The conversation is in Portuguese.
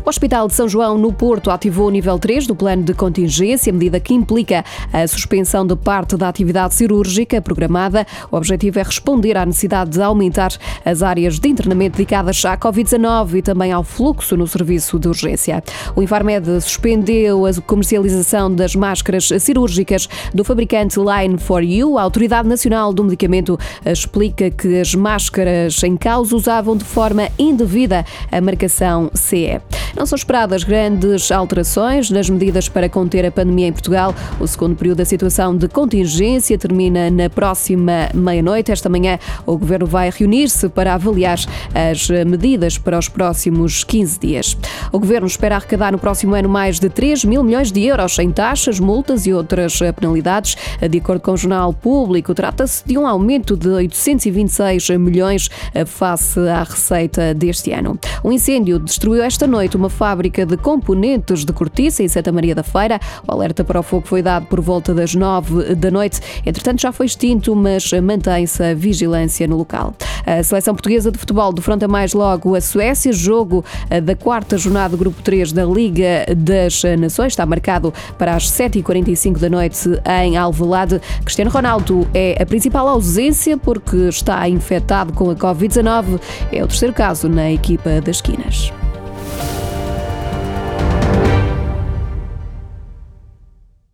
O Hospital de São João, no Porto, ativou o nível 3 do plano de contingência, medida que implica a suspensão de parte da atividade cirúrgica programada. O objetivo é responder à necessidade de aumentar as áreas de internamento dedicadas à Covid-19 e também ao fluxo no serviço de urgência. O Infarmed suspendeu a comercialização das máscaras cirúrgicas do fabricante Line4U. A Autoridade Nacional do Medicamento explica que as máscaras em causa usavam de forma indevida a marcação CE. Não são esperadas grandes alterações nas medidas para conter a pandemia em Portugal. O segundo período da situação de contingência termina na próxima meia-noite. Esta manhã, o Governo vai reunir-se para avaliar as medidas para os próximos 15 dias. O Governo espera arrecadar no próximo ano mais de 3 mil milhões de euros em taxas, multas e outras penalidades. De acordo com o Jornal Público, trata-se de um aumento de 826 milhões face à receita deste ano. Um incêndio destruiu esta noite uma fábrica de componentes de cortiça em Santa Maria da Feira. O alerta para o fogo foi dado por volta das 9 da noite. Entretanto, já foi extinto, mas mantém-se a vigilância no local. A seleção portuguesa de futebol defronta mais logo a Suécia. Jogo da quarta jornada do Grupo 3 da Liga das Nações está marcado para as 7h45 da noite em Alvalade. Cristiano Ronaldo é a principal ausência porque está infectado com a Covid-19. É o terceiro caso na equipa das Quinas.